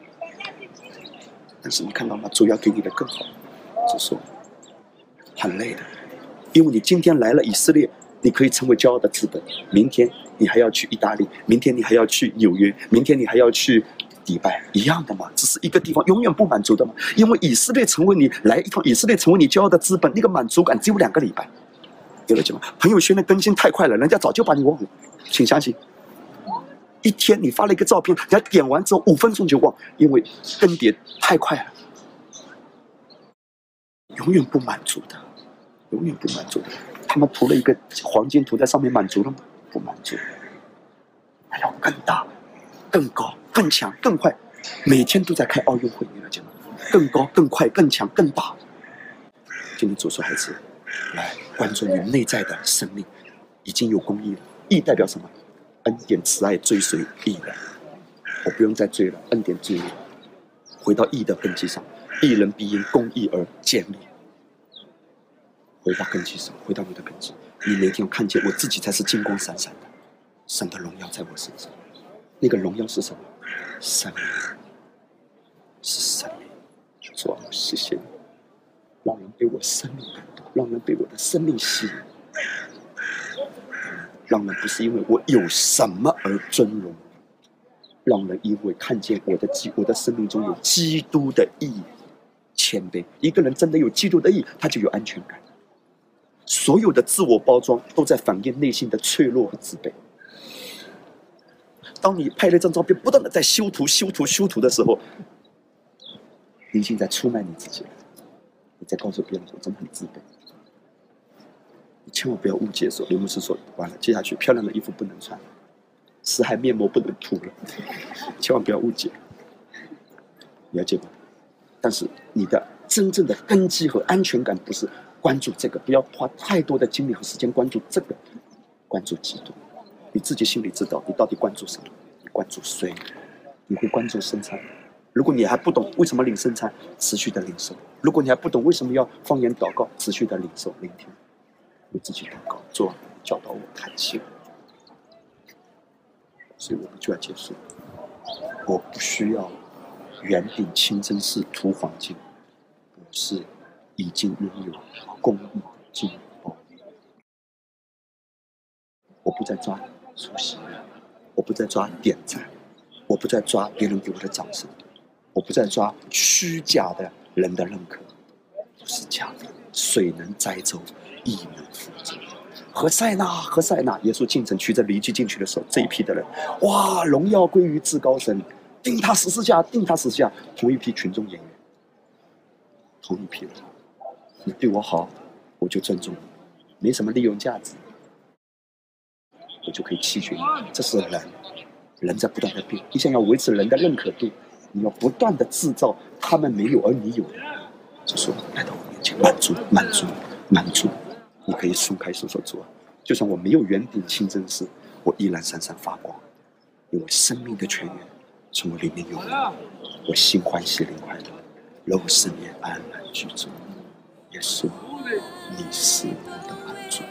但是你看到吗？主要给你的更好，就说很累的。因为你今天来了以色列，你可以成为骄傲的资本。明天你还要去意大利，明天你还要去纽约，明天你还要去迪拜，一样的嘛，只是一个地方永远不满足的嘛。因为以色列成为你来一趟以色列成为你骄傲的资本，那个满足感只有两个礼拜。有了解吗？朋友圈的更新太快了，人家早就把你忘了，请相信。一天你发了一个照片，人家点完之后五分钟就忘，因为更迭太快了，永远不满足的。永远不满足的，他们涂了一个黄金涂在上面，满足了吗？不满足，还要更大、更高、更强、更快，每天都在开奥运会，你了解吗？更高、更快、更强、更大。今天主说孩子，来关注你内在的生命，已经有公义了。义代表什么？恩典、慈爱追随义人，我不用再追了，恩典追了，回到义的根基上，义人必因公义而建立。回到根基上，回到你的根基。你每天要看见我自己才是金光闪闪的，神的荣耀在我身上。那个荣耀是什么？生命，是生命。主啊，谢谢你，让人被我生命感动，让人被我的生命吸引，让人不是因为我有什么而尊荣你，让人因为看见我的基，我的生命中有基督的义，谦卑。一个人真的有基督的义，他就有安全感。所有的自我包装都在反映内心的脆弱和自卑。当你拍了一张照片，不断的在修图、修图、修图的时候，你已经在出卖你自己了。 你在告诉别人说，真的很自卑。你千万不要误解说，刘牧师说完了，接下去漂亮的衣服不能穿，死海面膜不能涂了，千万不要误解，了解吗？但是你的真正的根基和安全感不是关注这个，不要花太多的精力和时间关注这个，关注基督。你自己心里知道你到底关注什么，你关注谁？你会关注圣餐。如果你还不懂为什么领圣餐，持续的领受；如果你还不懂为什么要方言祷告，持续的领受聆听。为自己祷告，主啊，教导我弹琴。所以我们就要结束。我不需要圆顶清真寺涂黄金，我是已经拥有公义的金包。我不再抓出席，我不再抓点赞，我不再抓别人给我的掌声，我不再抓虚假的人的认可，不是假的。水能载舟，亦能覆舟。何塞纳，何塞纳！耶稣进城取着驴驹进去的时候，这一批的人，哇，荣耀归于至高神，钉他十字架，钉他十字架。同一批群众演员，同一批人，你对我好，我就尊重你，没什么利用价值，我就可以弃绝你。这是人，人在不断的变。你想要维持人的认可度，你要不断的制造他们没有而你有的。就说来到我面前，满足，满足，满足。你可以松开手说，主啊，就算我没有圆顶清真寺，我依然闪闪发光，因为生命的泉源从我里面涌流，我心欢喜灵快乐，肉身也安然居住。耶稣，你是我的帮助。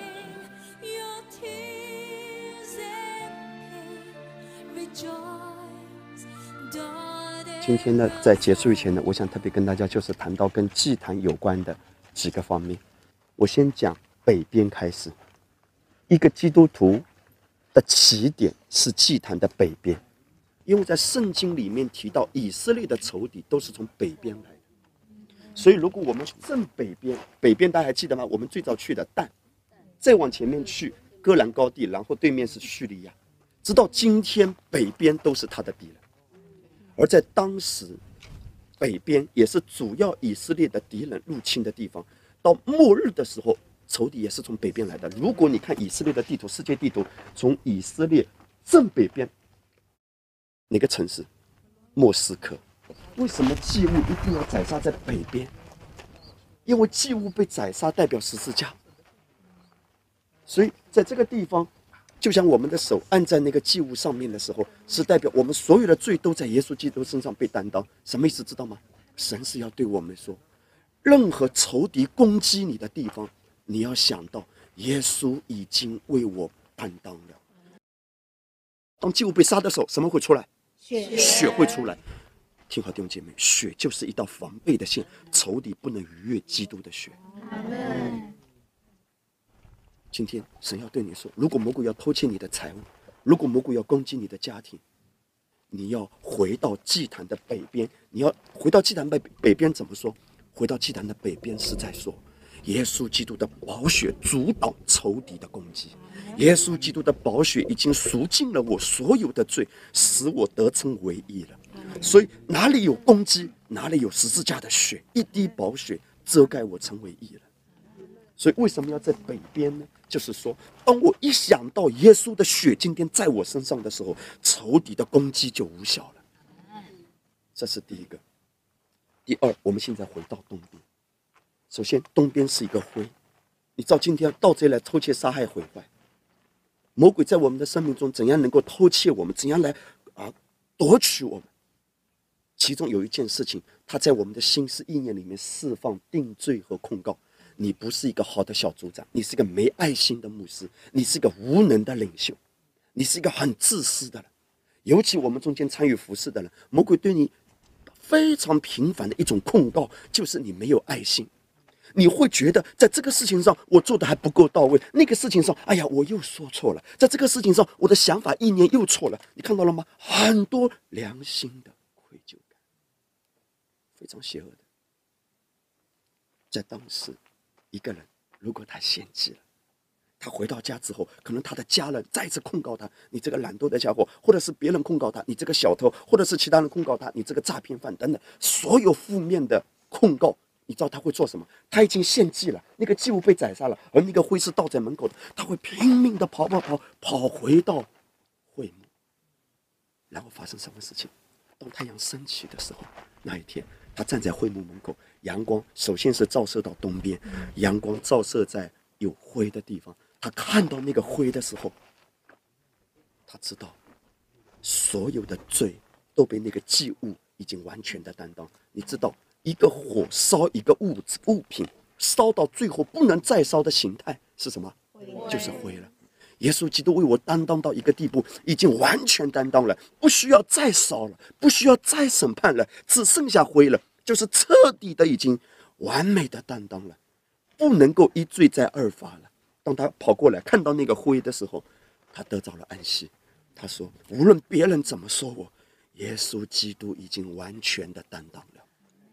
今天呢，在结束以前呢，我想特别跟大家就是谈到跟祭坛有关的几个方面。我先讲北边开始。一个基督徒的起点是祭坛的北边，因为在圣经里面提到以色列的仇敌都是从北边来的，所以如果我们正北边，北边大家还记得吗？我们最早去的但，再往前面去戈兰高地，然后对面是叙利亚，直到今天北边都是他的敌人。而在当时，北边也是主要以色列的敌人入侵的地方。到末日的时候，仇敌也是从北边来的。如果你看以色列的地图，世界地图，从以色列正北边哪个城市？莫斯科。为什么祭物一定要宰杀在北边？因为祭物被宰杀代表十字架，所以在这个地方。就像我们的手按在那个祭物上面的时候，是代表我们所有的罪都在耶稣基督身上被担当。什么意思知道吗？神是要对我们说，任何仇敌攻击你的地方，你要想到耶稣已经为我担当了。当祭物被杀的时候，什么会出来？血，血会出来。听好弟兄姐妹，血就是一道防备的线，仇敌不能逾越基督的血。阿们。今天神要对你说，如果魔鬼要偷窃你的财物，如果魔鬼要攻击你的家庭，你要回到祭坛的北边。你要回到祭坛北北边怎么说？回到祭坛的北边是在说，耶稣基督的宝血阻挡仇敌的攻击，耶稣基督的宝血已经赎尽了我所有的罪，使我得称为义了。所以哪里有攻击，哪里有十字架的血，一滴宝血遮盖我成为义了。所以为什么要在北边呢？就是说，当我一想到耶稣的血今天在我身上的时候，仇敌的攻击就无效了。这是第一个。第二，我们现在回到东边。首先，东边是一个灰，你知道今天盗贼来偷窃、杀害、毁坏，魔鬼在我们的生命中怎样能够偷窃我们，怎样来啊夺取我们？其中有一件事情，他在我们的心思意念里面释放定罪和控告。你不是一个好的小组长，你是一个没爱心的牧师，你是一个无能的领袖，你是一个很自私的人。尤其我们中间参与服事的人，魔鬼对你非常频繁的一种控告，就是你没有爱心。你会觉得在这个事情上我做的还不够到位，那个事情上，哎呀，我又说错了，在这个事情上我的想法意念又错了。你看到了吗？很多良心的愧疚感，非常邪恶的。在当时一个人如果他献祭了，他回到家之后，可能他的家人再次控告他，你这个懒惰的家伙，或者是别人控告他，你这个小偷，或者是其他人控告他，你这个诈骗犯等等，所有负面的控告你知道他会做什么？他已经献祭了，那个祭物被宰杀了，而那个灰是倒在门口的，他会拼命的跑跑跑跑回到会幕，然后发生什么事情？当太阳升起的时候，那一天他站在会幕门口，阳光首先是照射到东边，阳光照射在有灰的地方，他看到那个灰的时候，他知道所有的罪都被那个祭物已经完全的担当。你知道一个火烧一个物质物品，烧到最后不能再烧的形态是什么？就是灰了。耶稣基督为我担当到一个地步，已经完全担当了，不需要再烧了，不需要再审判了，只剩下灰了，就是彻底的已经完美的担当了，不能够一罪再二罚了。当他跑过来看到那个灰的时候，他得到了安息。他说无论别人怎么说我，耶稣基督已经完全的担当了。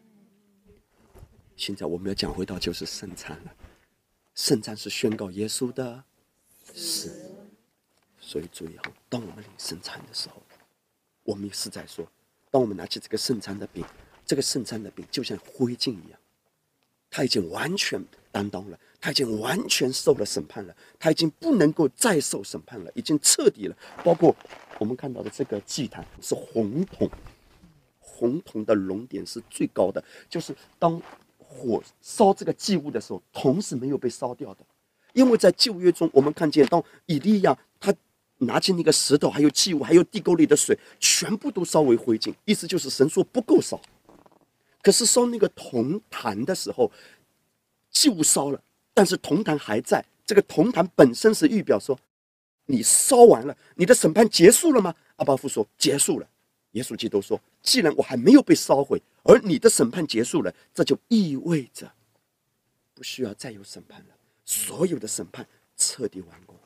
现在我们要讲回到就是圣餐了，圣餐是宣告耶稣的死。所以注意哈，当我们领圣餐的时候，我们也是在说，当我们拿起这个圣餐的饼，这个圣餐的饼就像灰烬一样，他已经完全担当了，他已经完全受了审判了，他已经不能够再受审判了，已经彻底了。包括我们看到的这个祭坛是红铜，红铜的熔点是最高的，就是当火烧这个祭物的时候，铜是没有被烧掉的。因为在旧约中，我们看见当以利亚他拿起那个石头，还有祭物，还有地沟里的水，全部都烧为灰烬，意思就是神说不够烧。可是烧那个铜坛的时候，祭物烧了，但是铜坛还在。这个铜坛本身是预表说，你烧完了，你的审判结束了吗？阿爸父说结束了。耶稣基督说，既然我还没有被烧毁，而你的审判结束了，这就意味着不需要再有审判了，所有的审判彻底完工。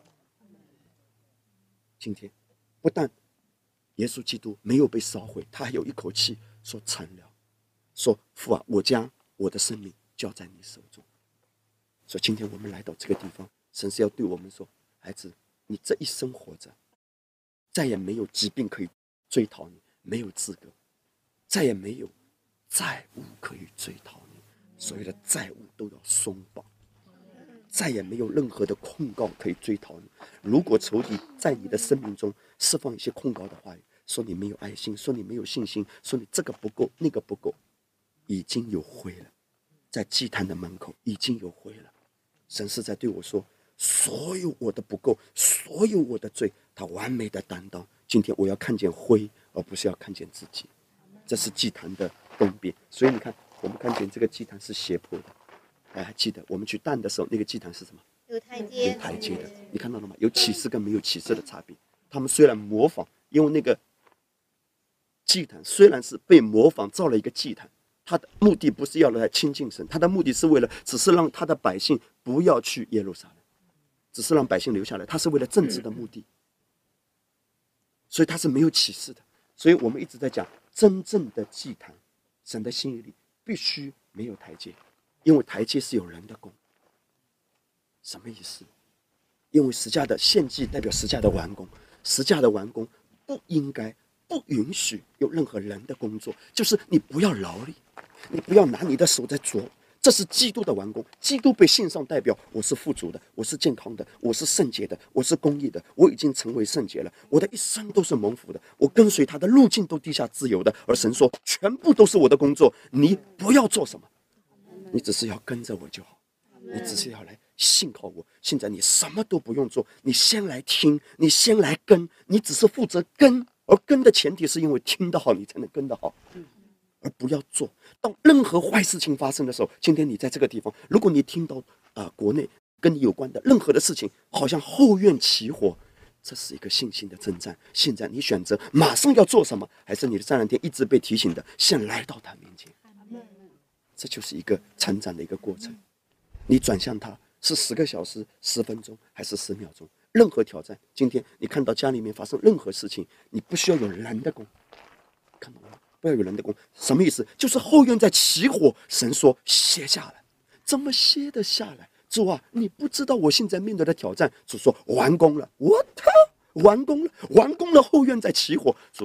今天不但耶稣基督没有被烧毁，他还有一口气说成了，说父啊，我将我的生命交在你手中。所以今天我们来到这个地方，神是要对我们说，孩子，你这一生活着，再也没有疾病可以追讨你，没有资格，再也没有债务可以追讨你，所有的债务都要松绑，再也没有任何的控告可以追讨你。如果仇敌在你的生命中释放一些控告的话语，说你没有爱心，说你没有信心，说你这个不够那个不够，已经有灰了，在祭坛的门口已经有灰了。神是在对我说，所有我的不够，所有我的罪，他完美的担当。今天我要看见灰，而不是要看见自己。这是祭坛的东边，所以你看，我们看见这个祭坛是斜坡的。大家还记得我们去蛋的时候，那个祭坛是什么？ 有台阶， 有台阶的。你看到了吗？有启示跟没有启示的差别。他们虽然模仿，因为那个祭坛虽然是被模仿造了一个祭坛，他的目的不是要来亲近神，他的目的是为了只是让他的百姓不要去耶路撒冷，只是让百姓留下来，他是为了政治的目的，所以他是没有启示的。所以我们一直在讲，真正的祭坛，神的心意里必须没有台阶，因为台阶是有人的功。什么意思？因为十架的献祭代表十架的完工，十架的完工不应该不允许有任何人的工作，就是你不要劳力，你不要拿你的手在琢，这是基督的完工。基督被献上代表，我是富足的，我是健康的，我是圣洁的，我是公义的，我已经成为圣洁了，我的一生都是蒙福的，我跟随他的路径都地下自由的。而神说，全部都是我的工作，你不要做什么，你只是要跟着我就好，你只是要来信靠我。现在你什么都不用做，你先来听，你先来跟，你只是负责跟，而跟的前提是因为听得好，你才能跟得好，而不要做。当任何坏事情发生的时候，今天你在这个地方，如果你听到、呃、国内跟你有关的任何的事情，好像后院起火，这是一个信心的征战。现在你选择马上要做什么，还是你的这两天一直被提醒的，先来到他面前，这就是一个成长的一个过程。你转向他是十个小时、十分钟还是十秒钟，任何挑战，今天你看到家里面发生任何事情，你不需要有人的功，看懂吗？不要有人的功，什么意思？就是后院在起火，神说歇下来，怎么歇得下来？主啊，你不知道我现在面对的挑战。主说完工了，我操，完工了，完工了，后院在起火。主说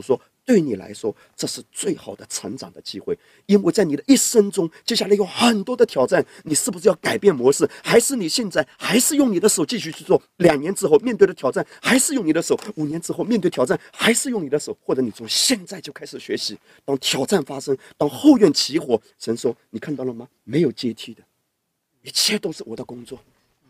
对你来说，这是最好的成长的机会，因为在你的一生中，接下来有很多的挑战，你是不是要改变模式？还是你现在还是用你的手继续去做？两年之后面对的挑战，还是用你的手；五年之后面对挑战，还是用你的手。或者你从现在就开始学习，当挑战发生，当后院起火，神说：“你看到了吗？没有阶梯的，一切都是我的工作，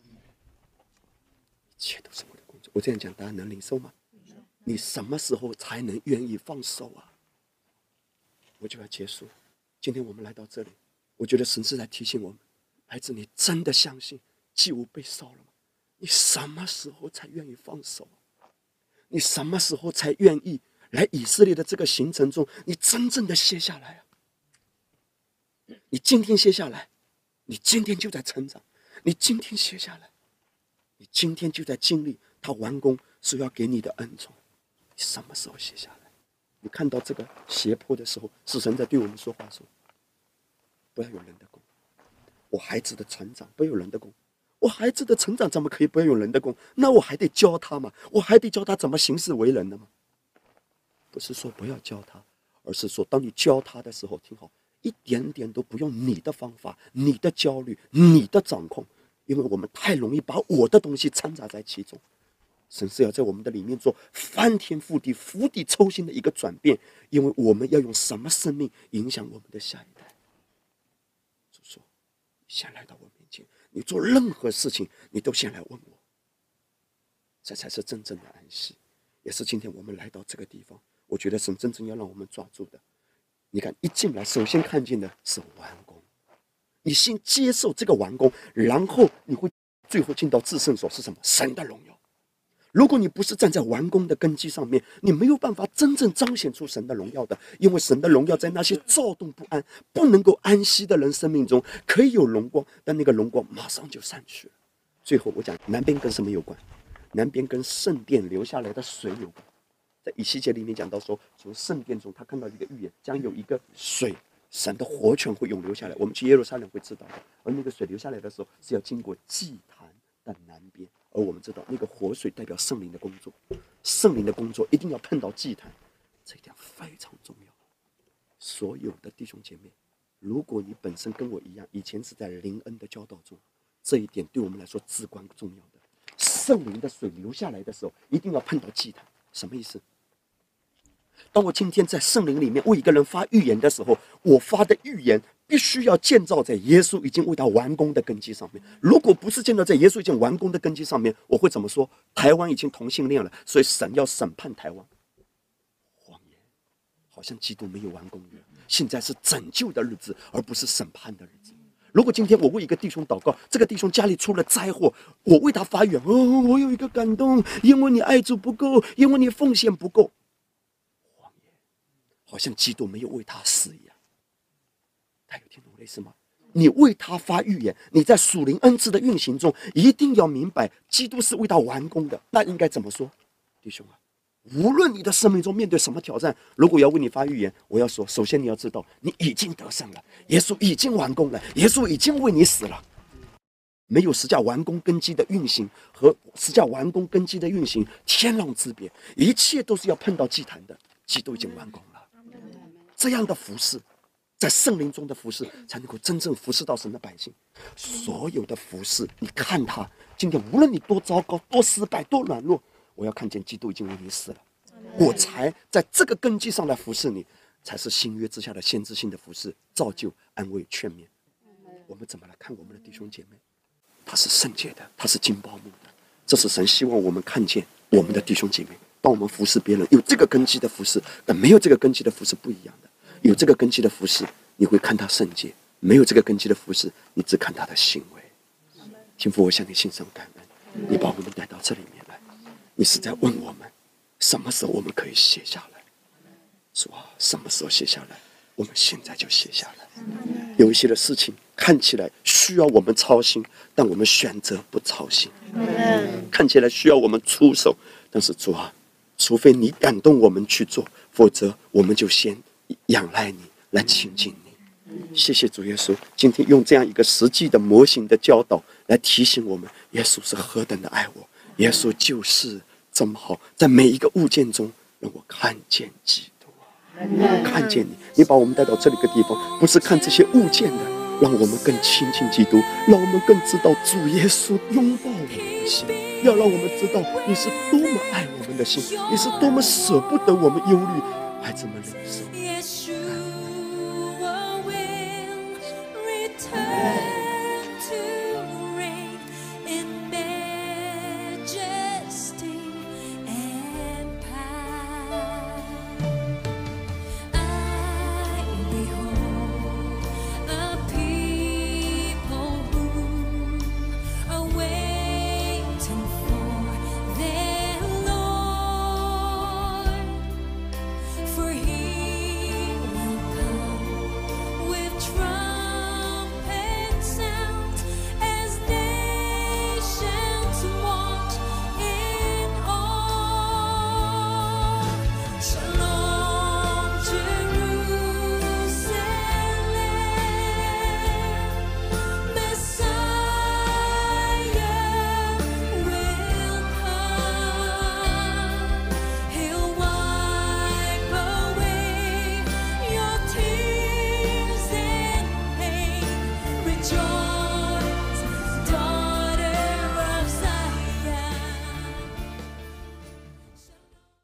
一切都是我的工作。”我这样讲，大家能领受吗？你什么时候才能愿意放手啊？我就要结束。今天我们来到这里，我觉得神是在提醒我们：孩子，你真的相信祭物被烧了吗？你什么时候才愿意放手？你什么时候才愿意来以色列的这个行程中，你真正的歇下来啊？你今天歇下来，你今天就在成长；你今天歇下来，你今天就在经历他完工是要给你的恩宠。你什么时候歇下来？你看到这个斜坡的时候，是神在对我们说话说：不要有人的功，我孩子的成长不要有人的功。我孩子的成长怎么可以不要有人的功？那我还得教他嘛，我还得教他怎么行事为人的嘛。不是说不要教他，而是说当你教他的时候，听好，一点点都不用你的方法、你的焦虑、你的掌控，因为我们太容易把我的东西掺杂在其中。神是要在我们的里面做翻天覆地、釜底抽薪的一个转变，因为我们要用什么生命影响我们的下一代。主说：你先来到我面前，你做任何事情，你都先来问我，这才是真正的安息，也是今天我们来到这个地方，我觉得神真正要让我们抓住的。你看，一进来，首先看见的是完工，你先接受这个完工，然后你会最后进到至圣所是什么？神的荣耀。如果你不是站在完工的根基上面，你没有办法真正彰显出神的荣耀的，因为神的荣耀在那些躁动不安、不能够安息的人生命中可以有荣光，但那个荣光马上就散去了。最后我讲，南边跟什么有关？南边跟圣殿流下来的水有关。在以西结里面讲到说，从圣殿中他看到一个预言，将有一个水，神的活泉会涌流下来，我们去耶路撒冷会知道的。而那个水流下来的时候，是要经过祭坛的南边。而我们知道，那个活水代表圣灵的工作，圣灵的工作一定要碰到祭坛，这一点非常重要。所有的弟兄姐妹，如果你本身跟我一样，以前是在灵恩的教导中，这一点对我们来说至关重要的。圣灵的水流下来的时候，一定要碰到祭坛。什么意思？当我今天在圣灵里面为一个人发预言的时候，我发的预言必须要建造在耶稣已经为他完工的根基上面。如果不是建造在耶稣已经完工的根基上面，我会怎么说？台湾已经同性恋了，所以神要审判台湾。谎言，好像基督没有完工一样。现在是拯救的日子，而不是审判的日子。如果今天我为一个弟兄祷告，这个弟兄家里出了灾祸，我为他发愿，哦，我有一个感动，因为你爱主不够，因为你奉献不够。谎言，好像基督没有为他死一样。他有听懂类似吗？你为他发预言，你在属灵恩赐的运行中，一定要明白，基督是为他完工的。那应该怎么说？弟兄啊，无论你的生命中面对什么挑战，如果要为你发预言，我要说，首先你要知道，你已经得胜了，耶稣已经完工了，耶稣已经为你死了。没有十架完工根基的运行和十架完工根基的运行天壤之别，一切都是要碰到祭坛的，基督已经完工了。这样的服事，在圣灵中的服事，才能够真正服侍到神的百姓。所有的服事，你看他今天，无论你多糟糕、多失败、多软弱，我要看见基督已经为你死了，我才在这个根基上来服侍你，才是新约之下的先知性的服事，造就、安慰、劝勉。我们怎么来看我们的弟兄姐妹？他是圣洁的，他是金包木的，这是神希望我们看见我们的弟兄姐妹。当我们服侍别人，有这个根基的服侍，跟没有这个根基的服侍不一样的。有这个根基的服侍，你会看他圣洁；没有这个根基的服侍，你只看他的行为。天父，我向你心生感恩，你把我们带到这里面来，你是在问我们，什么时候我们可以卸下来？说什么时候卸下来？我们现在就卸下来。有一些的事情看起来需要我们操心，但我们选择不操心；看起来需要我们出手，但是主啊，除非你感动我们去做，否则我们就先仰赖你，来亲近你。谢谢主耶稣，今天用这样一个实际的模型的教导来提醒我们，耶稣是何等的爱我，耶稣就是这么好，在每一个物件中让我看见基督啊！ 看见你，你把我们带到这里个地方，不是看这些物件的，让我们更亲近基督，让我们更知道主耶稣拥抱我们的心，要让我们知道你是多么爱我们的心，你是多么舍不得我们忧虑，孩子们忍受。